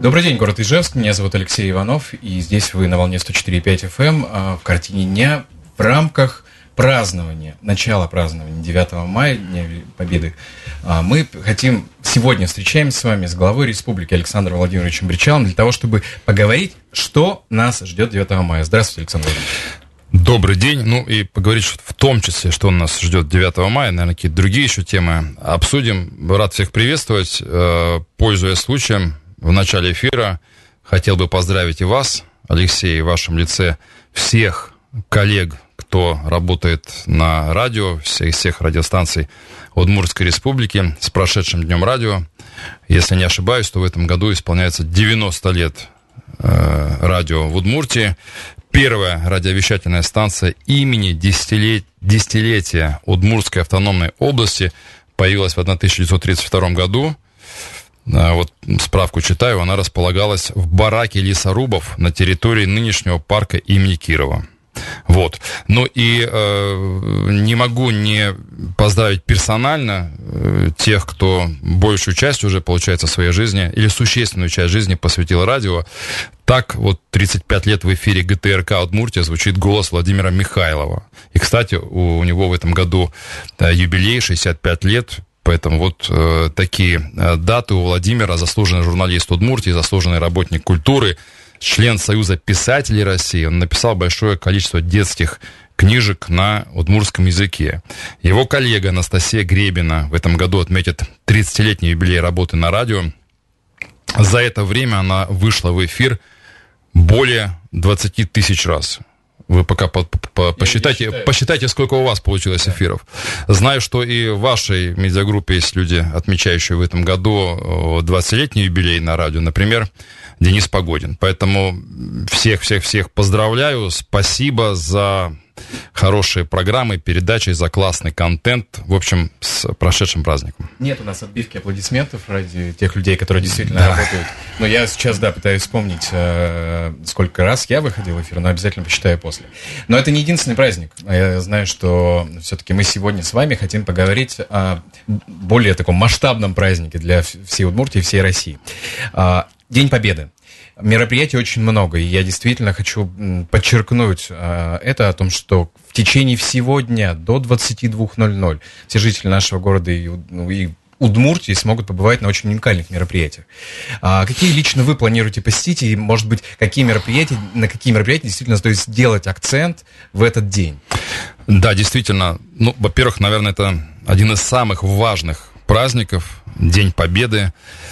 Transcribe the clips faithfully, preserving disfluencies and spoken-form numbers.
Добрый день, город Ижевск. Меня зовут Алексей Иванов, и здесь вы на волне сто четыре и пять эф эм в картине дня в рамках празднования, начала празднования девятого мая, Дня Победы. Мы хотим, сегодня встречаемся с вами с главой республики Александром Владимировичем Бричалом для того, чтобы поговорить, что нас ждет девятого мая. Здравствуйте, Александр Владимирович. Добрый день. Ну и поговорить в том числе, что нас ждет девятого мая, наверное, какие-то другие еще темы обсудим. Рад всех приветствовать. Пользуясь случаем, в начале эфира хотел бы поздравить и вас, Алексей, в вашем лице всех коллег, кто работает на радио, всех, всех радиостанций Удмуртской республики с прошедшим Днем радио. Если не ошибаюсь, то в этом году исполняется девяносто лет э, радио в Удмуртии. Первая радиовещательная станция имени десятилет... десятилетия Удмуртской автономной области появилась в тысяча девятьсот тридцать втором году. Вот справку читаю, она располагалась в бараке лесорубов на территории нынешнего парка имени Кирова. Вот. Ну и э, не могу не поздравить персонально э, тех, кто большую часть уже, получается, своей жизни или существенную часть жизни посвятил радио. Так вот тридцать пять лет в эфире гэ тэ эр ка Удмуртия звучит голос Владимира Михайлова. И, кстати, у, у него в этом году да, юбилей, шестьдесят пять лет. Поэтому вот э, такие э, даты у Владимира: заслуженный журналист Удмуртии, заслуженный работник культуры, член Союза писателей России. Он написал большое количество детских книжек на удмуртском языке. Его коллега Анастасия Гребина в этом году отметит тридцатилетний юбилей работы на радио. За это время она вышла в эфир более двадцати тысяч раз. Вы пока по, по, посчитайте, посчитайте, сколько у вас получилось эфиров. Знаю, что и в вашей медиагруппе есть люди, отмечающие в этом году двадцатилетний юбилей на радио. Например, Денис Погодин. Поэтому всех-всех-всех поздравляю. Спасибо за хорошие программы, передачи, за классный контент. В общем, с прошедшим праздником. Нет у нас отбивки аплодисментов ради тех людей, которые действительно да. работают. Но я сейчас, да, пытаюсь вспомнить, сколько раз я выходил в эфир, но обязательно посчитаю после. Но это не единственный праздник. Я знаю, что все-таки мы сегодня с вами хотим поговорить о более таком масштабном празднике для всей Удмуртии и всей России. День Победы. Мероприятий очень много, и я действительно хочу подчеркнуть э, это, о том, что в течение всего дня до двадцати двух ноль-ноль все жители нашего города и, ну, и Удмуртии смогут побывать на очень уникальных мероприятиях. А какие лично вы планируете посетить, и, может быть, какие мероприятия, на какие мероприятия действительно стоит сделать акцент в этот день? Да, действительно. Ну, во-первых, наверное, это один из самых важных праздников, День Победы.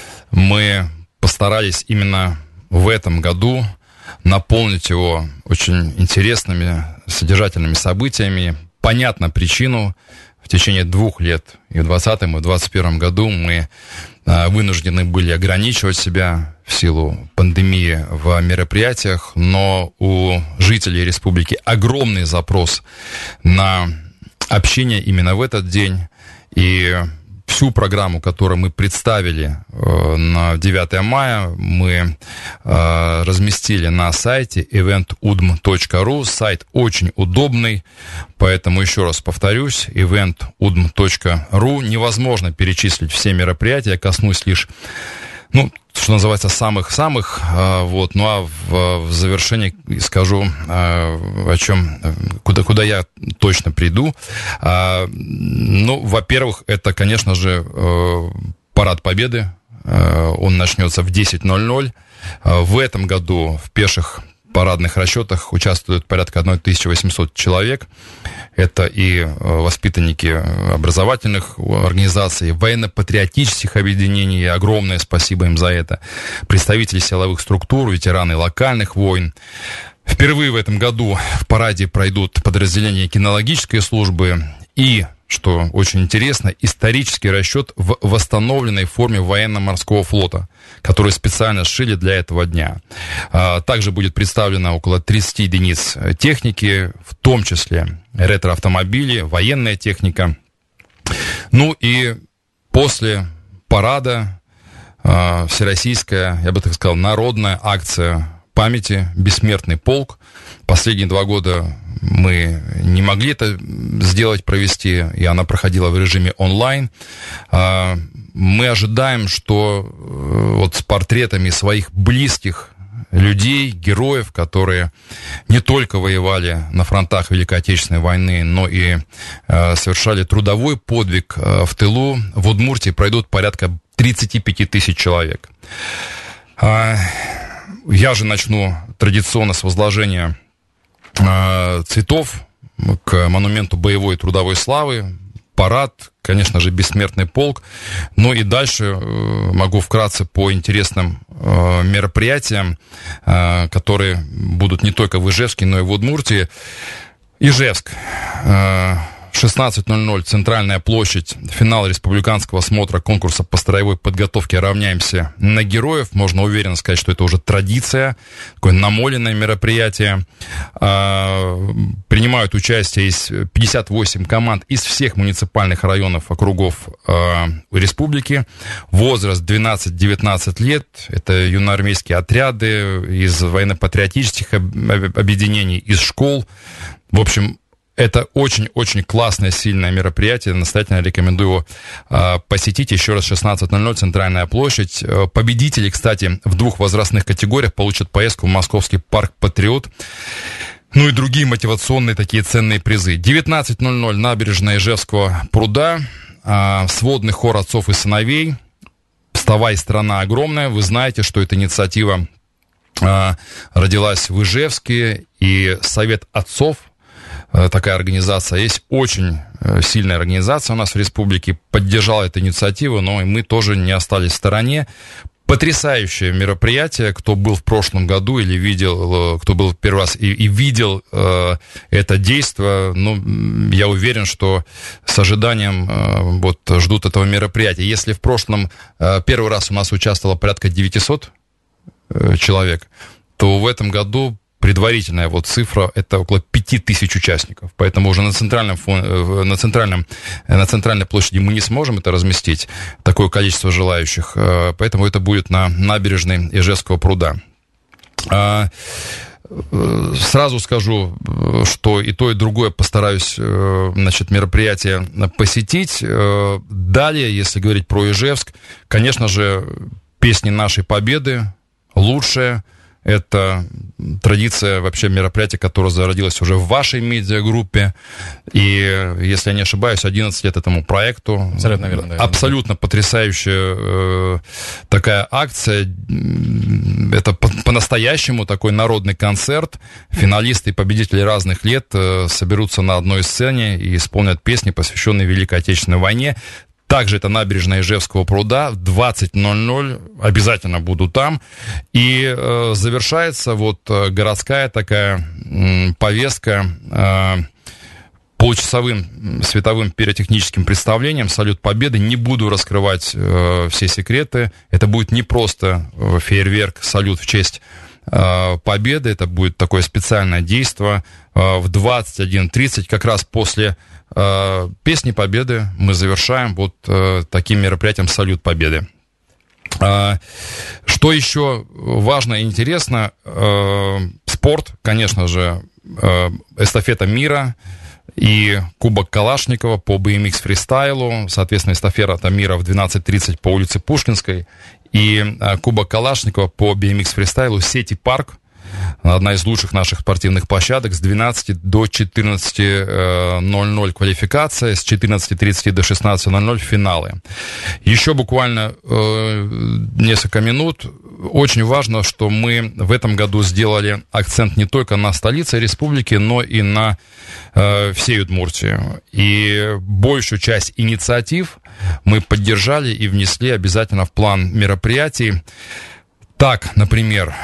Мы постарались именно в этом году наполнить его очень интересными, содержательными событиями. Понятно причину. В течение двух лет, и в двадцатом, и в двадцать первом году мы вынуждены были ограничивать себя в силу пандемии в мероприятиях, но у жителей республики огромный запрос на общение именно в этот день. И всю программу, которую мы представили э, на девятое мая, мы э, разместили на сайте ивент удм точка ру. Сайт очень удобный, поэтому еще раз повторюсь, ивент удм точка ру. Невозможно перечислить все мероприятия, я коснусь лишь, ну, что называется, самых-самых, э, вот, ну а в, в завершении скажу, э, о чем, куда, куда я точно приду. Э, ну, во-первых, это, конечно же, э, Парад Победы, э, он начнется в десять ноль-ноль. Э, в этом году в пеших парадных расчетах участвует порядка тысяча восемьсот человек. Это и воспитанники образовательных организаций, военно-патриотических объединений. Огромное спасибо им за это. Представители силовых структур, ветераны локальных войн. Впервые в этом году в параде пройдут подразделения кинологической службы и, что очень интересно, исторический расчет в восстановленной форме военно-морского флота, который специально сшили для этого дня. Также будет представлено около тридцать единиц техники, в том числе ретро-автомобили, военная техника. Ну и после парада всероссийская, я бы так сказал, народная акция памяти «Бессмертный полк». Последние два года мы не могли это сделать, провести, и она проходила в режиме онлайн. Мы ожидаем, что вот с портретами своих близких людей, героев, которые не только воевали на фронтах Великой Отечественной войны, но и э, совершали трудовой подвиг э, в тылу, в Удмуртии пройдут порядка тридцать пять тысяч человек. Э, я же начну традиционно с возложения э, цветов к монументу боевой и трудовой славы. Парад, конечно же, бессмертный полк. Ну и дальше э, могу вкратце по интересным э, мероприятиям, э, которые будут не только в Ижевске, но и в Удмуртии. Ижевск. Э, шестнадцать ноль ноль, Центральная площадь, финал республиканского смотра конкурса по строевой подготовке «Равняемся на героев». Можно уверенно сказать, что это уже традиция, такое намоленное мероприятие. Принимают участие из пятьдесят восемь команд из всех муниципальных районов, округов республики. Возраст двенадцать-девятнадцать лет. Это юноармейские отряды из военно-патриотических объединений, из школ. В общем, это очень-очень классное, сильное мероприятие. Настоятельно рекомендую его э, посетить. Еще раз, шестнадцать ноль ноль, Центральная площадь. Победители, кстати, в двух возрастных категориях получат поездку в Московский парк «Патриот». Ну и другие мотивационные такие ценные призы. девятнадцать ноль ноль, набережная Ижевского пруда. Э, сводный хор отцов и сыновей. «Вставай, страна огромная». Вы знаете, что эта инициатива э, родилась в Ижевске. И Совет отцов, такая организация есть, очень сильная организация у нас в республике, поддержала эту инициативу, но и мы тоже не остались в стороне. Потрясающее мероприятие. Кто был в прошлом году или видел, кто был первый раз и, и видел э, это действие, ну, я уверен, что с ожиданием э, вот, ждут этого мероприятия. Если в прошлом э, первый раз у нас участвовало порядка девятьсот э, человек, то в этом году предварительная вот цифра — это около пяти тысяч участников. Поэтому уже на центральном фон, на центральном, на центральной площади мы не сможем это разместить, такое количество желающих. Поэтому это будет на набережной Ижевского пруда. Сразу скажу, что и то, и другое постараюсь, значит, мероприятие посетить. Далее, если говорить про Ижевск, конечно же, песни нашей победы лучшие. Это традиция вообще мероприятия, которое зародилось уже в вашей медиагруппе. И, если я не ошибаюсь, одиннадцать лет этому проекту. Абсолютно верно. Да, Абсолютно потрясающая э, такая акция. Это по- по-настоящему такой народный концерт. Финалисты и победители разных лет э, соберутся на одной сцене и исполнят песни, посвященные Великой Отечественной войне. Также это набережная Ижевского пруда в двадцать ноль ноль. Обязательно буду там. И э, завершается вот э, городская такая э, повестка э, получасовым световым пиротехническим представлением «Салют Победы». Не буду раскрывать э, все секреты. Это будет не просто э, фейерверк, салют в честь э, Победы. Это будет такое специальное действие э, в двадцать один тридцать, как раз после э, песни Победы мы завершаем вот э, таким мероприятием «Салют Победы». Э, что еще важно и интересно? Э, спорт, конечно же, э, эстафета мира и Кубок Калашникова по би эм икс фристайлу, соответственно, эстафета мира в двенадцать тридцать по улице Пушкинской, и Кубок Калашникова по би эм икс фристайлу Сети Парк, одна из лучших наших спортивных площадок, с двенадцати до четырнадцати ноль ноль квалификация, с четырнадцати тридцати до шестнадцати ноль ноль финалы. Еще буквально э, несколько минут. Очень важно, что мы в этом году сделали акцент не только на столице республики, но и на э, всей Удмуртии. И большую часть инициатив мы поддержали и внесли обязательно в план мероприятий. Так, например,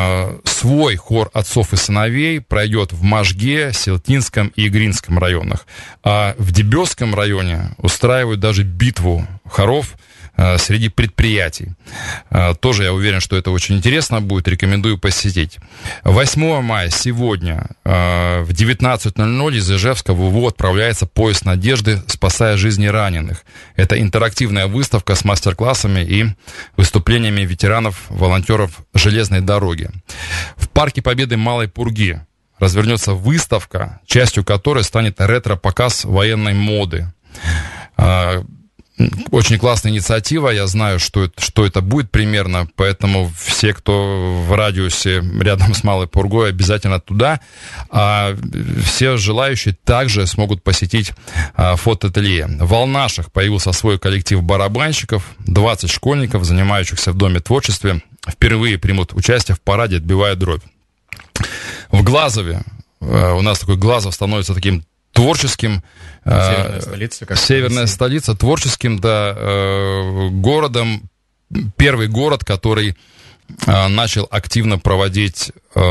свой хор отцов и сыновей пройдет в Можге, Селтинском и Игринском районах. А в Дебесском районе устраивают даже битву хоров среди предприятий. Тоже я уверен, что это очень интересно будет, рекомендую посетить. восьмого мая, сегодня, в девятнадцать ноль ноль из Ижевска в Уву отправляется поезд надежды «Спасая жизни раненых». Это интерактивная выставка с мастер-классами и выступлениями ветеранов, волонтеров железной дороги. В парке Победы Малой Пурги развернется выставка, частью которой станет ретро-показ военной моды. Очень классная инициатива, я знаю, что это, что это будет примерно, поэтому все, кто в радиусе рядом с Малой Пургой, обязательно туда. А все желающие также смогут посетить а, фотоателье. В Волнашах появился свой коллектив барабанщиков, двадцать школьников, занимающихся в Доме творчества, впервые примут участие в параде «Отбивая дробь». В Глазове а, у нас такой Глазов становится таким творческим, северная столица, как северная столица, творческим, да, городом, первый город, который начал активно проводить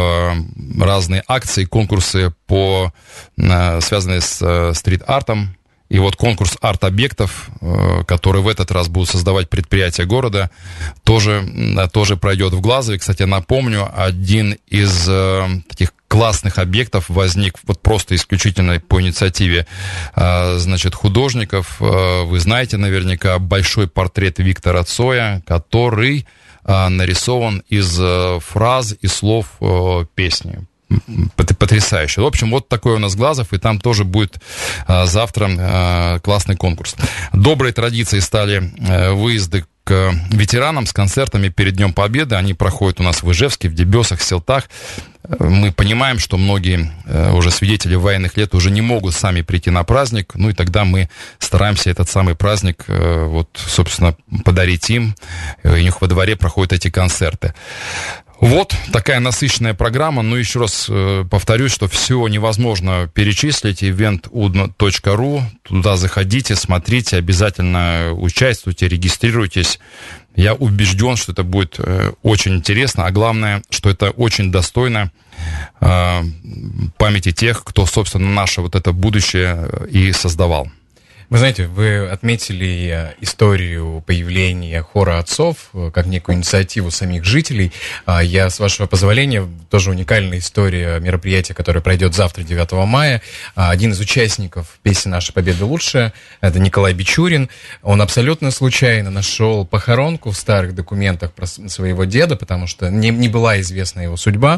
разные акции, конкурсы, по, связанные с стрит-артом. И вот конкурс арт-объектов, который в этот раз будут создавать предприятия города, тоже, тоже пройдет в Глазове. Кстати, напомню, один из таких классных объектов возник вот просто исключительно по инициативе, значит, художников. Вы знаете наверняка большой портрет Виктора Цоя, который нарисован из фраз и слов песни. Потрясающе. В общем, вот такой у нас Глазов, и там тоже будет а, завтра а, классный конкурс. Доброй традицией стали а, выезды к ветеранам с концертами перед Днем Победы. Они проходят у нас в Ижевске, в Дебесах, в Селтах. Мы понимаем, что многие а, уже свидетели военных лет уже не могут сами прийти на праздник, ну и тогда мы стараемся этот самый праздник, а, вот, собственно, подарить им. И у них во дворе проходят эти концерты. Вот такая насыщенная программа. Ну, еще раз э, повторюсь, что все невозможно перечислить. ивент удно точка ру. Туда заходите, смотрите, обязательно участвуйте, регистрируйтесь. Я убежден, что это будет э, очень интересно, а главное, что это очень достойно э, памяти тех, кто, собственно, наше вот это будущее и создавал. Вы знаете, вы отметили историю появления хора отцов как некую инициативу самих жителей. Я, с вашего позволения, тоже уникальная история мероприятия, которое пройдет завтра, девятого мая. Один из участников песни «Наша победа лучшая» — это Николай Бичурин. Он абсолютно случайно нашел похоронку в старых документах про своего деда, потому что не, не была известна его судьба.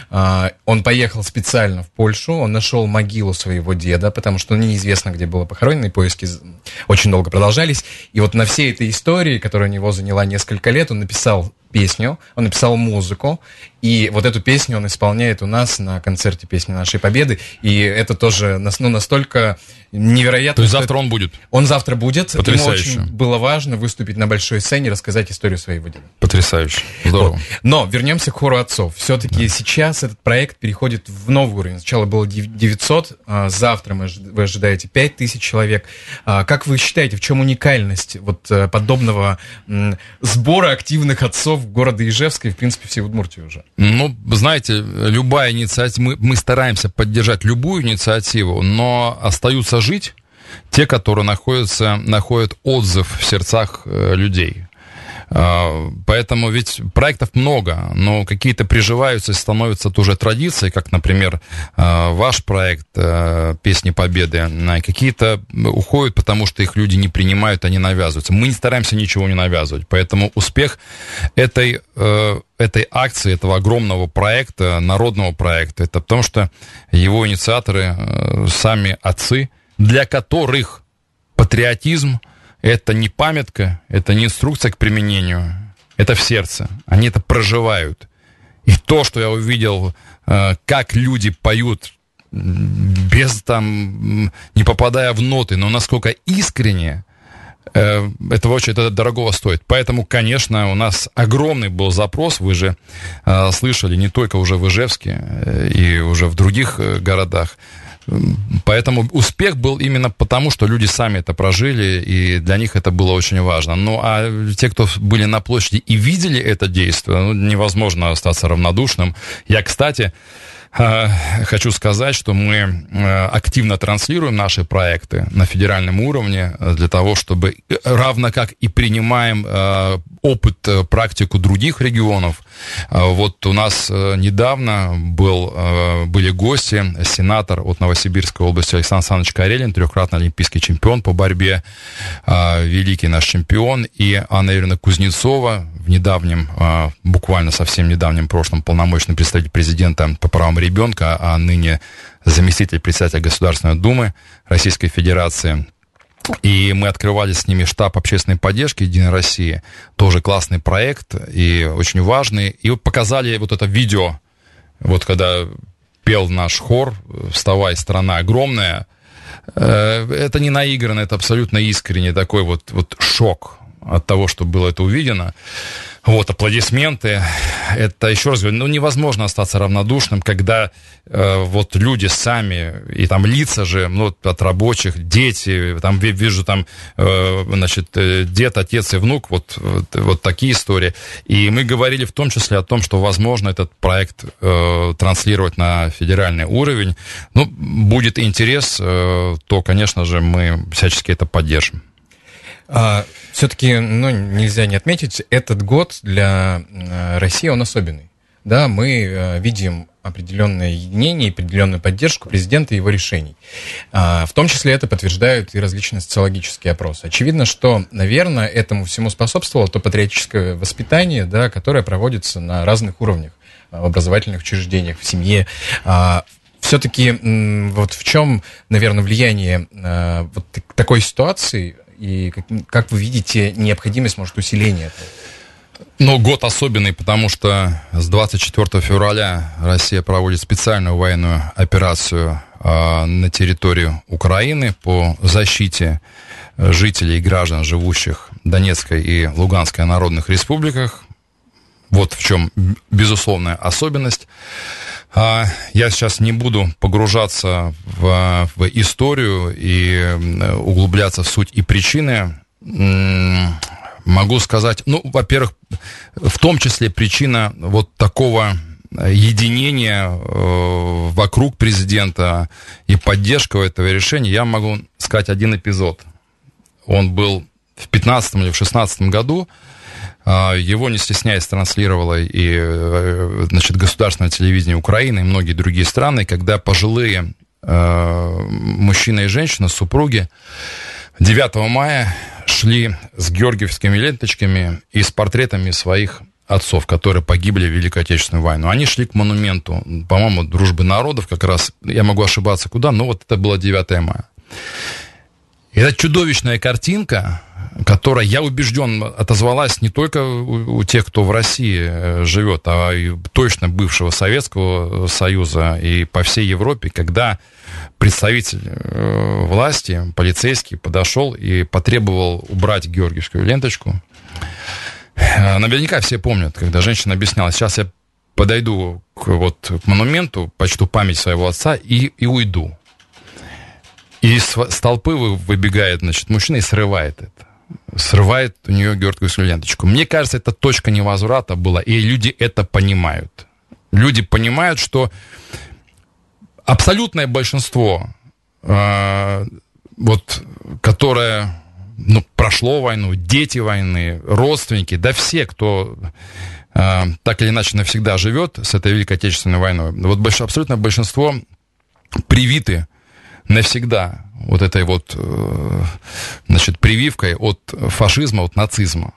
Он поехал специально в Польшу, он нашел могилу своего деда, потому что неизвестно, где было похоронено, и поиски очень долго продолжались. И вот на всей этой истории, которая у него заняла несколько лет, он написал песню, он написал музыку, и вот эту песню он исполняет у нас на концерте «Песни нашей победы», и это тоже ну, настолько невероятно. То есть завтра он будет? Он завтра будет. Потрясающе. Ему очень было важно выступить на большой сцене и рассказать историю своего деда. Потрясающе. Здорово. Вот. Но вернемся к хору отцов. Все-таки да. Сейчас этот проект переходит в новый уровень. Сначала было девятьсот, а завтра вы ожидаете пять тысяч человек. Как вы считаете, в чем уникальность вот подобного сбора активных отцов города Ижевска и, в принципе, всей Удмуртии уже? Ну, знаете, любая инициатива, мы, мы стараемся поддержать любую инициативу, но остаются жить те, которые находятся, находят отзыв в сердцах э, людей. Э, поэтому ведь проектов много, но какие-то приживаются и становятся тоже традицией, как, например, э, ваш проект э, «Песни Победы». Какие-то уходят, потому что их люди не принимают, они навязываются. Мы не стараемся ничего не навязывать, поэтому успех этой, э, этой акции, этого огромного проекта, народного проекта, это потому что его инициаторы э, сами отцы, для которых патриотизм — это не памятка, это не инструкция к применению, это в сердце. Они это проживают. И то, что я увидел, как люди поют, без там, не попадая в ноты, но насколько искренне, этого очень это дорогого стоит. Поэтому, конечно, у нас огромный был запрос. Вы же слышали, не только уже в Ижевске и уже в других городах. Поэтому успех был именно потому, что люди сами это прожили, и для них это было очень важно. Ну, а те, кто были на площади и видели это действие, ну, невозможно остаться равнодушным. Я, кстати, хочу сказать, что мы активно транслируем наши проекты на федеральном уровне для того, чтобы, равно как и принимаем опыт, практику других регионов. Вот у нас недавно был, были гости, сенатор от Новосибирска, Новосибирской области, Александр Александрович Карелин, трехкратный олимпийский чемпион по борьбе, великий наш чемпион, и Анна Юрьевна Кузнецова, в недавнем, буквально совсем недавнем прошлом, полномочный представитель президента по правам ребенка, а ныне заместитель председателя Государственной Думы Российской Федерации. И мы открывали с ними штаб общественной поддержки «Единой России». Тоже классный проект и очень важный. И вот показали вот это видео, вот когда пел наш хор «Вставай, страна огромная». Это не наигранно, это абсолютно искренне такой вот, вот шок от того, что было это увидено. Вот, аплодисменты. Это, еще раз говорю, ну, невозможно остаться равнодушным, когда э, вот люди сами, и там лица же, ну, от рабочих, дети, там вижу там, э, значит, дед, отец и внук, вот, вот, вот такие истории. И мы говорили в том числе о том, что, возможно, этот проект э, транслировать на федеральный уровень. Ну, будет интерес, э, то, конечно же, мы всячески это поддержим. А, все-таки, ну, нельзя не отметить, этот год для России, он особенный. Да, мы а, видим определенное единение и определенную поддержку президента и его решений. А, в том числе это подтверждают и различные социологические опросы. Очевидно, что, наверное, этому всему способствовало то патриотическое воспитание, да, которое проводится на разных уровнях, в образовательных учреждениях, в семье. А, все-таки вот в чем, наверное, влияние а, вот такой ситуации. И как, как вы видите необходимость, может, усиления этого? Ну, год особенный, потому что с двадцать четвёртого февраля Россия проводит специальную военную операцию э, на территории Украины по защите жителей и граждан, живущих в Донецкой и Луганской народных республиках. Вот в чем безусловная особенность. Я сейчас не буду погружаться в, в историю и углубляться в суть и причины. Могу сказать, ну, во-первых, в том числе причина вот такого единения вокруг президента и поддержка этого решения. Я могу сказать один эпизод. Он был в пятнадцатом или в шестнадцатом году. Его, не стесняясь, транслировало и, значит, государственное телевидение Украины и многие другие страны, когда пожилые э, мужчина и женщина, супруги, девятого мая шли с георгиевскими ленточками и с портретами своих отцов, которые погибли в Великую Отечественную войну. Они шли к монументу, по-моему, дружбы народов, как раз, я могу ошибаться куда, но вот это было девятого мая. И это чудовищная картинка, которая, я убежден, отозвалась не только у, у тех, кто в России живет, а и точно бывшего Советского Союза и по всей Европе, когда представитель э, власти, полицейский, подошел и потребовал убрать георгиевскую ленточку. Наверняка все помнят, когда женщина объясняла: сейчас я подойду к, вот, к монументу, почту память своего отца и, и уйду. И с, с толпы выбегает, значит, мужчина и срывает это. Срывает у нее георгиевскую ленточку. Мне кажется, это точка невозврата была, и люди это понимают. Люди понимают, что абсолютное большинство, э, вот, которое, ну, прошло войну, дети войны, родственники, да все, кто э, так или иначе навсегда живет с этой Великой Отечественной войной, вот больш, абсолютное большинство привиты навсегда вот этой вот, значит, прививкой от фашизма, от нацизма.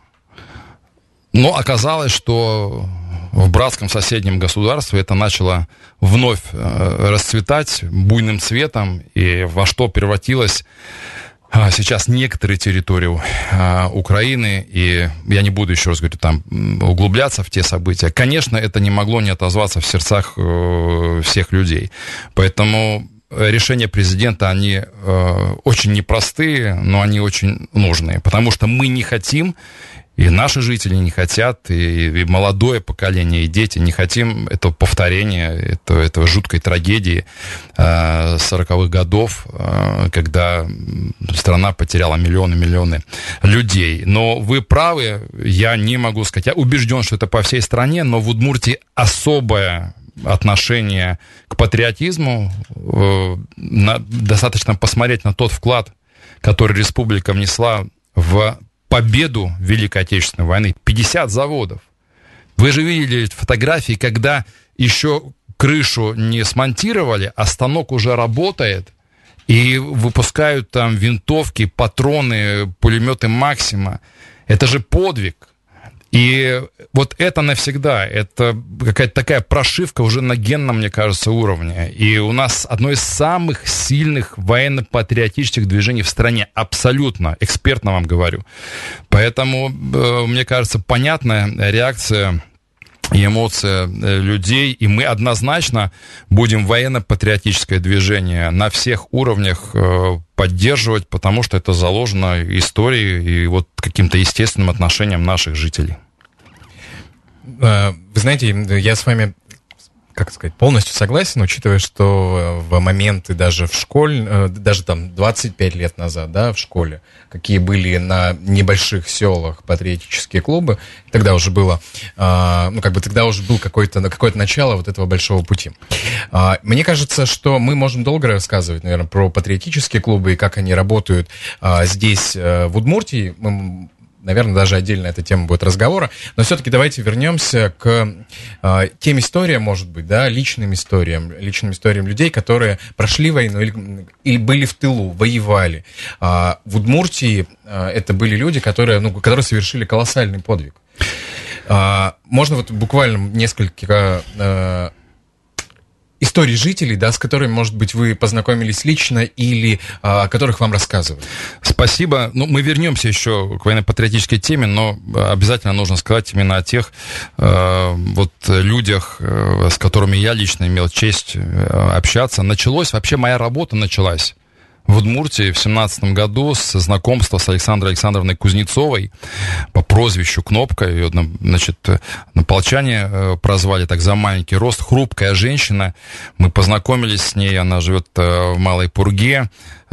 Но оказалось, что в братском соседнем государстве это начало вновь расцветать буйным цветом, и во что превратилось сейчас некоторые территории Украины, и я не буду, еще раз говорю, там углубляться в те события. Конечно, это не могло не отозваться в сердцах всех людей. Поэтому решения президента, они э, очень непростые, но они очень нужные, потому что мы не хотим, и наши жители не хотят, и, и молодое поколение, и дети не хотим этого повторения, этого, этого жуткой трагедии э, сороковых годов, э, когда страна потеряла миллионы-миллионы людей. Но вы правы, я не могу сказать, я убежден, что это по всей стране, но в Удмуртии особое отношение к патриотизму. Э, на, достаточно посмотреть на тот вклад, который республика внесла в победу Великой Отечественной войны. пятьдесят заводов. Вы же видели фотографии, когда еще крышу не смонтировали, а станок уже работает, и выпускают там винтовки, патроны, пулеметы «Максима». Это же подвиг. И вот это навсегда, это какая-то такая прошивка уже на генном, мне кажется, уровне. И у нас одно из самых сильных военно-патриотических движений в стране. Абсолютно, экспертно вам говорю. Поэтому, мне кажется, понятная реакция и эмоции людей, и мы однозначно будем военно-патриотическое движение на всех уровнях поддерживать, потому что это заложено историей и вот каким-то естественным отношением наших жителей. Вы знаете, я с вами, как сказать, полностью согласен, учитывая, что в моменты даже в школе, даже там двадцать пять лет назад, да, в школе, какие были на небольших селах патриотические клубы, тогда уже было, ну, как бы тогда уже был какое-то, какое-то начало вот этого большого пути. Мне кажется, что мы можем долго рассказывать, наверное, про патриотические клубы и как они работают здесь, в Удмуртии. Мы, наверное, даже отдельно эта тема будет разговора. Но все-таки давайте вернемся к э, тем историям, может быть, да, личным историям, личным историям людей, которые прошли войну или, или были в тылу, воевали. А в Удмуртии э, это были люди, которые, ну, которые совершили колоссальный подвиг. А, можно вот буквально несколько э, историй жителей, да, с которыми, может быть, вы познакомились лично или а, о которых вам рассказывали. Спасибо. Ну, мы вернемся еще к военно-патриотической теме, но обязательно нужно сказать именно о тех э, вот людях, э, с которыми я лично имел честь э, общаться. Началось, вообще моя работа началась в Удмуртии в семнадцатом году с знакомства с Александрой Александровной Кузнецовой по прозвищу Кнопка. Ее, значит, на полчане прозвали так за маленький рост. Хрупкая женщина. Мы познакомились с ней. Она живет в Малой Пурге.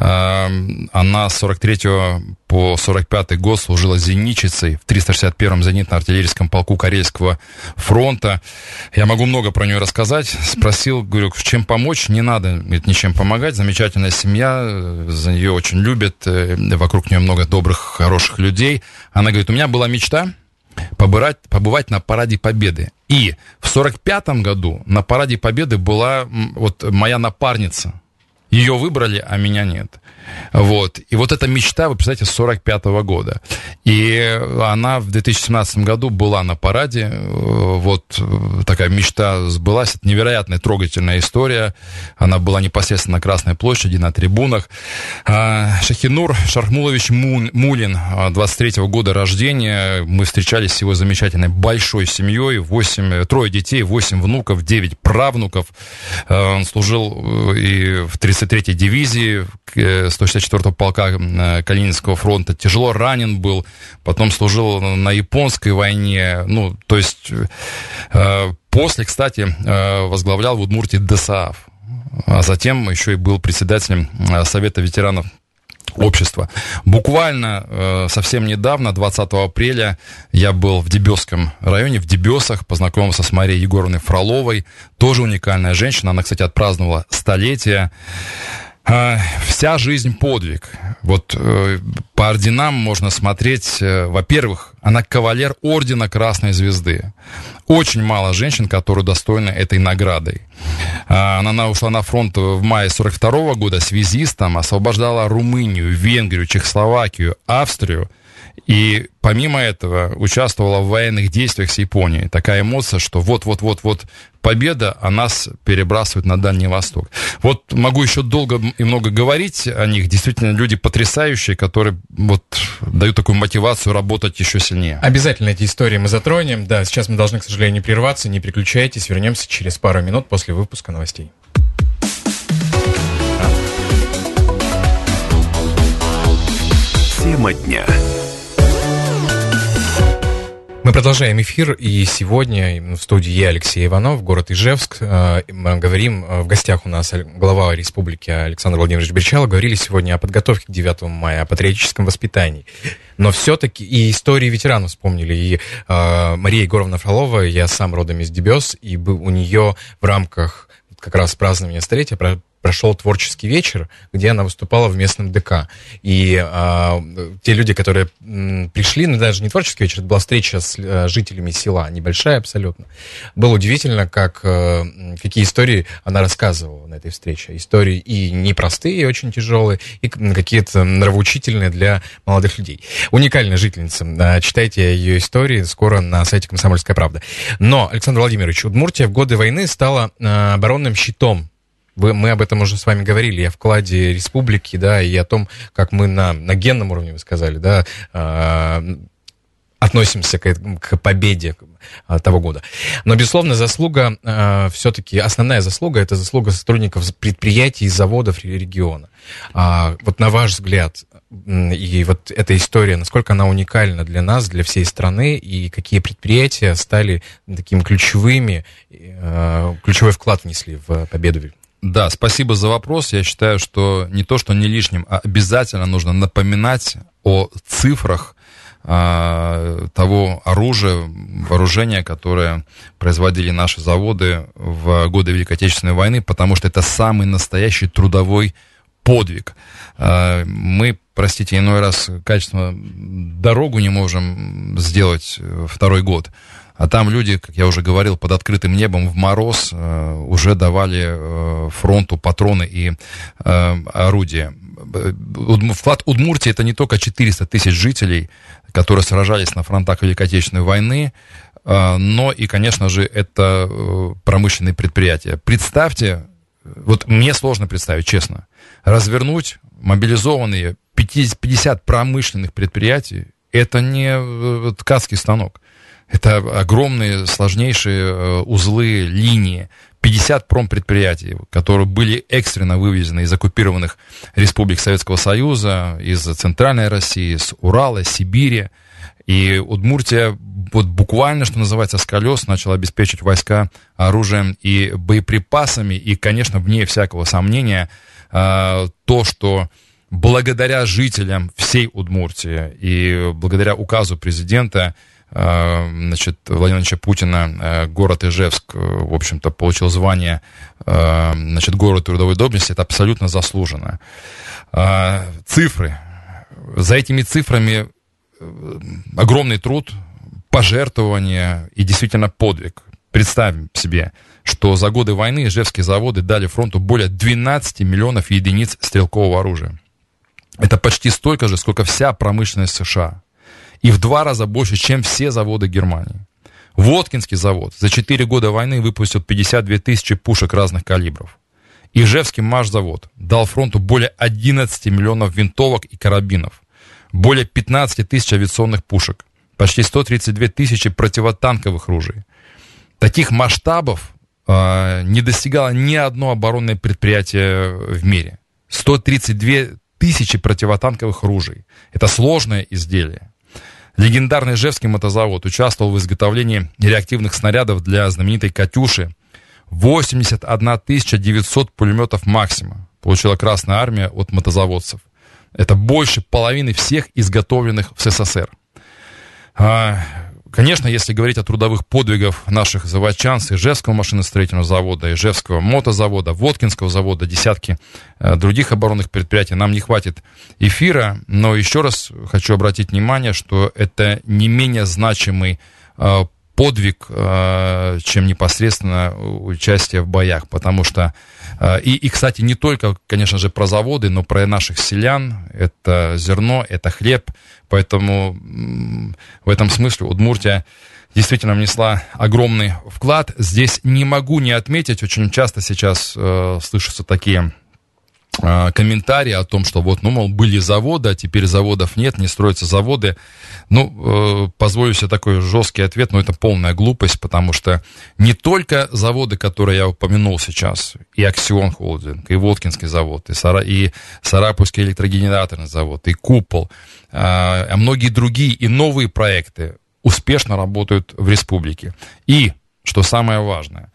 Она с сорок третьего по сорок пятый год служила зенитчицей в триста шестьдесят первом зенитно-артиллерийском полку Карельского фронта. Я могу много про нее рассказать. Спросил, говорю, чем помочь? Не надо ничем помогать. Замечательная семья, за нее очень любят. Вокруг нее много добрых, хороших людей. Она говорит, у меня была мечта побывать, побывать на Параде Победы. И в сорок пятом году на Параде Победы была вот моя напарница. Ее выбрали, а меня нет. Вот. И вот эта мечта, вы представляете, с сорок пятого года. И она в две тысячи семнадцатом году была на параде. Вот такая мечта сбылась. Это невероятная, трогательная история. Она была непосредственно на Красной площади, на трибунах. Шахинур Шархмулович Мулин, двадцать третьего года рождения. Мы встречались с его замечательной большой семьей. восемь, трое детей, восемь внуков, девять правнуков. Он служил и в тридцать третьей дивизии сто шестьдесят четвёртого полка Калининского фронта, тяжело ранен был, потом служил на японской войне, ну, то есть после, кстати, возглавлял в Удмуртии ДСААФ, а затем еще и был председателем Совета ветеранов общества. Буквально э, совсем недавно, двадцатого апреля, я был в Дебесском районе, в Дебесах, познакомился с Марией Егоровной Фроловой, тоже уникальная женщина, она, кстати, отпраздновала столетие. Э, вся жизнь подвиг. Вот э, по орденам можно смотреть, э, во-первых, она кавалер ордена Красной Звезды. Очень мало женщин, которые достойны этой награды. Она ушла на фронт в мае сорок второго года связистом, освобождала Румынию, Венгрию, Чехословакию, Австрию. И помимо этого участвовала в военных действиях с Японией. Такая эмоция, что вот-вот-вот-вот победа, а нас перебрасывают на Дальний Восток. Вот могу еще долго и много говорить о них. Действительно, люди потрясающие, которые вот дают такую мотивацию работать еще сильнее. Обязательно эти истории мы затронем. Да, сейчас мы должны, к сожалению, не прерваться, не переключайтесь. Вернемся через пару минут после выпуска новостей. Тема дня. Мы продолжаем эфир, и сегодня в студии я, Алексей Иванов, город Ижевск. Мы говорим, в гостях у нас глава республики Александр Владимирович Бричало. Говорили сегодня о подготовке к девятому мая, о патриотическом воспитании. Но все-таки и истории ветеранов вспомнили. И э, Мария Егоровна Фролова, я сам родом из Дебес, и был у нее в рамках как раз празднования столетия прошел творческий вечер, где она выступала в местном ДК. И а, те люди, которые м, пришли, ну даже не творческий вечер, это была встреча с а, жителями села, небольшая абсолютно. Было удивительно, как, а, какие истории она рассказывала на этой встрече. Истории и непростые, и очень тяжелые, и какие-то нравоучительные для молодых людей. Уникальная жительница. А, читайте ее истории скоро на сайте «Комсомольская правда». Но, Александр Владимирович, Удмуртия в годы войны стала а, оборонным щитом. Вы, мы об этом уже с вами говорили, и о вкладе республики, да, и о том, как мы на, на генном уровне, вы сказали, да, э, относимся к, к победе э, того года. Но, безусловно, заслуга, э, все-таки, основная заслуга, это заслуга сотрудников предприятий и заводов региона. А, вот на ваш взгляд, и вот эта история, насколько она уникальна для нас, для всей страны, и какие предприятия стали такими ключевыми, э, ключевой вклад внесли в победу? Да, спасибо за вопрос. Я считаю, что не то, что не лишним, а обязательно нужно напоминать о цифрах а, того оружия, вооружения, которое производили наши заводы в годы Великой Отечественной войны, потому что это самый настоящий трудовой подвиг. А, мы, простите, иной раз качественно дорогу не можем сделать второй год. А там люди, как я уже говорил, под открытым небом в мороз э, уже давали э, фронту патроны и э, орудия. Вклад Удмуртии — это не только четыреста тысяч жителей, которые сражались на фронтах Великой Отечественной войны, э, но и, конечно же, это э, промышленные предприятия. Представьте, вот мне сложно представить, честно, развернуть мобилизованные пятьдесят промышленных предприятий — это не э, ткацкий станок. Это огромные, сложнейшие узлы, линии, пятьдесят промпредприятий, которые были экстренно вывезены из оккупированных республик Советского Союза, из Центральной России, с Урала, Сибири. И Удмуртия вот буквально, что называется, с колес начала обеспечить войска оружием и боеприпасами. И, конечно, вне всякого сомнения, то, что благодаря жителям всей Удмуртии и благодаря указу президента, значит, Владимира Владимировича Путина, город Ижевск, в общем-то, получил звание, значит, город трудовой доблести, это абсолютно заслуженно. Цифры. За этими цифрами огромный труд, пожертвования и действительно подвиг. Представим себе, что за годы войны ижевские заводы дали фронту более двенадцать миллионов единиц стрелкового оружия. Это почти столько же, сколько вся промышленность США. И в два раза больше, чем все заводы Германии. Воткинский завод за четыре года войны выпустил пятьдесят две тысячи пушек разных калибров. Ижевский машзавод дал фронту более одиннадцать миллионов винтовок и карабинов, более пятнадцать тысяч авиационных пушек, почти сто тридцать две тысячи противотанковых ружей. Таких масштабов э, не достигало ни одно оборонное предприятие в мире. сто тридцать две тысячи противотанковых ружей. Это сложное изделие. Легендарный Ижевский мотозавод участвовал в изготовлении реактивных снарядов для знаменитой «Катюши». восемьдесят одна тысяча девятьсот пулеметов «Максима» получила Красная Армия от мотозаводцев. Это больше половины всех изготовленных в СССР. Конечно, если говорить о трудовых подвигах наших заводчан с Ижевского машиностроительного завода, Ижевского мотозавода, Воткинского завода, десятки э, других оборонных предприятий, нам не хватит эфира, но еще раз хочу обратить внимание, что это не менее значимый э, подвиг, э, чем непосредственно участие в боях, потому что, э, и, и, кстати, не только, конечно же, про заводы, но про наших селян, это зерно, это хлеб. Поэтому в этом смысле Удмуртия действительно внесла огромный вклад. Здесь не могу не отметить, очень часто сейчас э, слышатся такие э, комментарии о том, что вот, ну, мол, были заводы, а теперь заводов нет, не строятся заводы. Ну, э, позволю себе такой жесткий ответ, но это полная глупость, потому что не только заводы, которые я упомянул сейчас, и Аксион Холдинг, и Воткинский завод, и, Сара, и Сарапульский электрогенераторный завод, и Купол, а многие другие и новые проекты успешно работают в республике. И, что самое важное,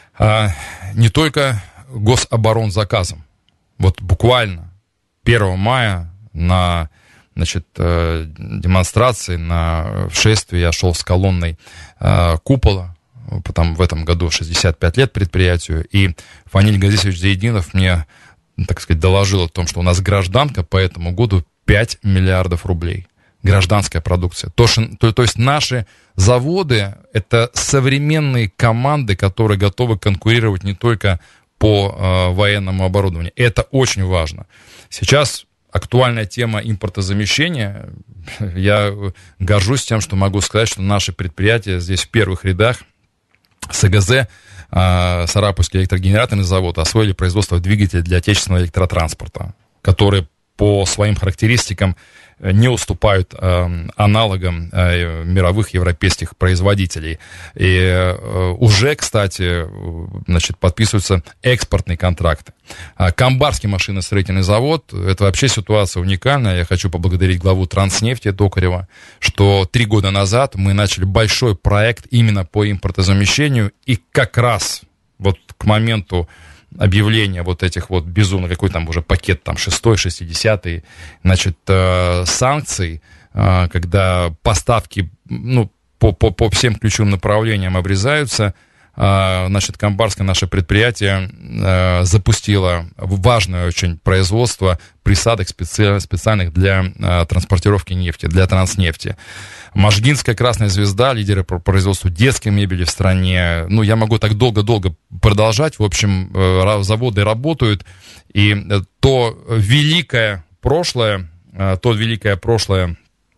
не только гособоронзаказом. Вот буквально первого мая на, значит, демонстрации, на шествии я шел с колонной Купола потому в этом году шестьдесят пять лет предприятию, и Фаниль Газизович Заединов мне, так сказать, доложил о том, что у нас гражданка по этому году пять миллиардов рублей. Гражданская продукция. То, то, то есть наши заводы — это современные команды, которые готовы конкурировать не только по э, военному оборудованию. Это очень важно. Сейчас актуальная тема импортозамещения. Я горжусь тем, что могу сказать, что наши предприятия здесь в первых рядах. СГЗ, э, Сарапульский электрогенераторный завод, освоили производство двигателей для отечественного электротранспорта, которые по своим характеристикам не уступают э, аналогам э, мировых европейских производителей. И э, уже, кстати, значит, подписываются экспортные контракты. А Камбарский машиностроительный завод — это вообще ситуация уникальная. Я хочу поблагодарить главу Транснефти Токарева, что три года назад мы начали большой проект именно по импортозамещению, и как раз вот к моменту объявления вот этих вот безумно, какой там уже пакет, там, шестой, шестидесятый, значит, э, санкций, э, когда поставки, ну, по, по, по всем ключевым направлениям обрезаются, э, значит, Камбарское наше предприятие э, запустило важное очень производство присадок специ, специальных для э, транспортировки нефти, для Транснефти. Можгинская «Красная звезда», лидеры по производству детской мебели в стране. Ну, я могу так долго-долго продолжать. В общем, заводы работают. И то великое прошлое, то великое прошлое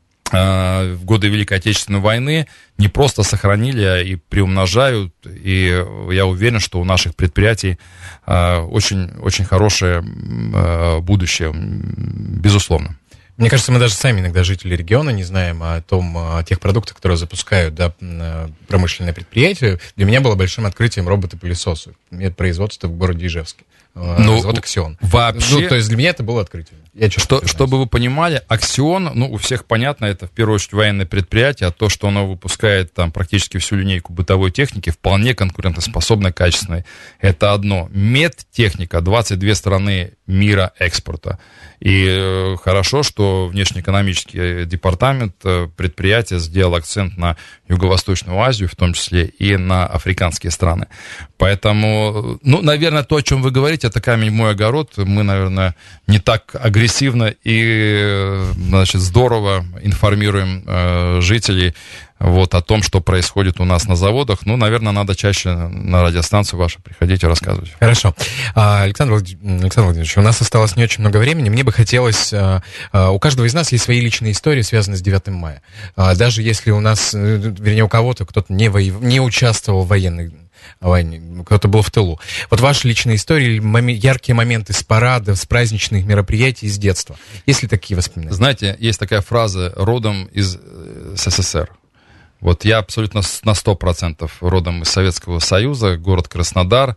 в годы Великой Отечественной войны не просто сохранили, а и приумножают. И я уверен, что у наших предприятий очень, очень хорошее будущее, безусловно. Мне кажется, мы даже сами иногда, жители региона, не знаем о том, о тех продуктах, которые запускают, да, промышленные предприятия. Для меня было большим открытием роботы-пылесосы. Производство в городе Ижевске. Ну, завод «Аксион». Вообще... Ну, то есть для меня это было открытием. Я что, чтобы вы понимали, «Аксион», ну, у всех понятно, это в первую очередь военное предприятие, а то, что оно выпускает там практически всю линейку бытовой техники, вполне конкурентоспособной, качественной. Это одно. Медтехника, двадцать две страны мира экспорта. И э, хорошо, что внешнеэкономический департамент э, предприятия сделал акцент на Юго-Восточную Азию, в том числе и на африканские страны. Поэтому, ну, наверное, то, о чем вы говорите, это камень в мой огород. Мы, наверное, не так агрессивно и, значит, здорово информируем э, жителей вот, о том, что происходит у нас на заводах. Ну, наверное, надо чаще на радиостанцию вашу приходить и рассказывать. Хорошо. Александр, Александр Владимирович, у нас осталось не очень много времени. Мне бы хотелось... У каждого из нас есть свои личные истории, связанные с девятым мая. Даже если у нас, вернее, у кого-то, кто-то не, воев... не участвовал в военной войне, кто-то был в тылу. Вот ваши личные истории, моми... яркие моменты с парадов, с праздничных мероприятий из детства. Есть ли такие воспоминания? Знаете, есть такая фраза «родом из СССР». Вот я абсолютно на сто процентов родом из Советского Союза, город Краснодар.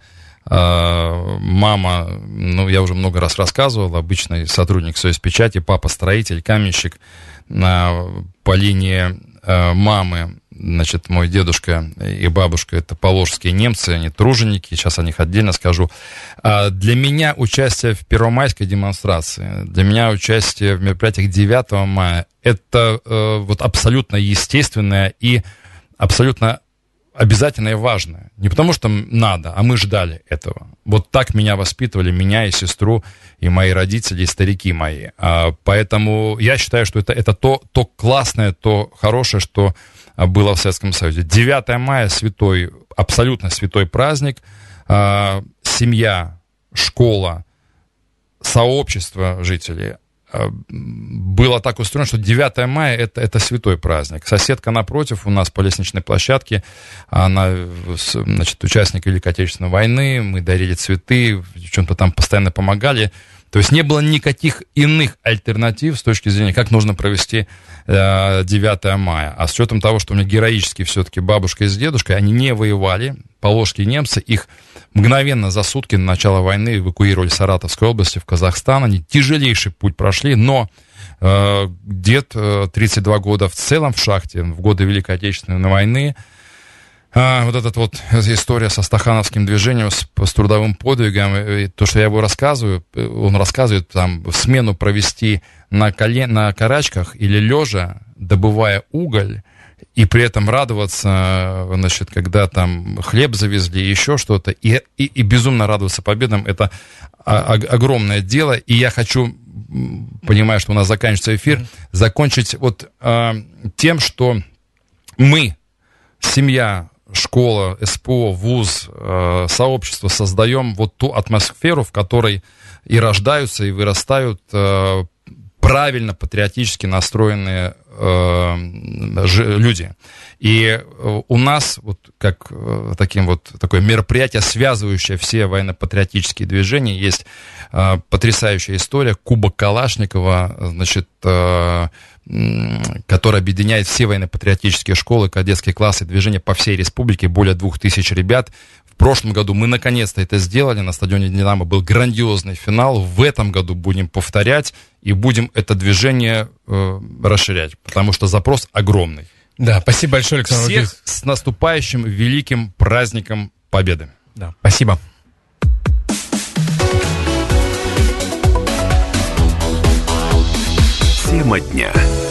Мама, ну, я уже много раз рассказывал, обычный сотрудник соцпечати, папа строитель, каменщик. По линии мамы, значит, мой дедушка и бабушка — это поволжские немцы, они труженики, сейчас о них отдельно скажу. Для меня участие в первомайской демонстрации, для меня участие в мероприятиях девятого мая — это э, вот абсолютно естественное и абсолютно обязательное и важное. Не потому что надо, а мы ждали этого. Вот так меня воспитывали, меня и сестру, и мои родители, и старики мои. А, поэтому я считаю, что это, это то, то классное, то хорошее, что было в Советском Союзе. девятое мая — святой, абсолютно святой праздник. А, семья, школа, сообщество жителей было так устроено, что девятое мая это, это святой праздник. Соседка напротив у нас по лестничной площадке, она, значит, участник Великой Отечественной войны, мы дарили цветы, в чем-то там постоянно помогали. То есть не было никаких иных альтернатив с точки зрения, как нужно провести э, девятое мая. А с учетом того, что у меня героически все-таки бабушка и с дедушкой, они не воевали, поволжские немцы, их мгновенно за сутки на начало войны эвакуировали в Саратовской области, в Казахстан. Они тяжелейший путь прошли, но э, дед э, тридцать два года в целом в шахте, в годы Великой Отечественной войны. А, вот эта вот история со стахановским движением, с, с трудовым подвигом, и то, что я его рассказываю, он рассказывает, там, смену провести на, колен, на карачках или лежа, добывая уголь, и при этом радоваться, значит, когда там хлеб завезли, еще что-то, и, и, и безумно радоваться победам, это о- огромное дело. И я хочу, понимая, что у нас заканчивается эфир, mm-hmm. закончить вот э, тем, что мы, семья, школа, СПО, вуз, э, сообщество создаем вот ту атмосферу, в которой и рождаются, и вырастают э, правильно патриотически настроенные э, ж, люди. И э, у нас вот как э, таким вот такое мероприятие, связывающее все военно-патриотические движения, есть э, потрясающая история Кубок Калашникова, значит, э, который объединяет все военно-патриотические школы, кадетские классы, движения по всей республике, более двух тысяч ребят. В прошлом году мы наконец-то это сделали, на стадионе «Динамо» был грандиозный финал, в этом году будем повторять и будем это движение э, расширять, потому что запрос огромный. Да, спасибо большое, Александр Всех Владимирович. с наступающим великим праздником Победы. Да, спасибо. Тема дня.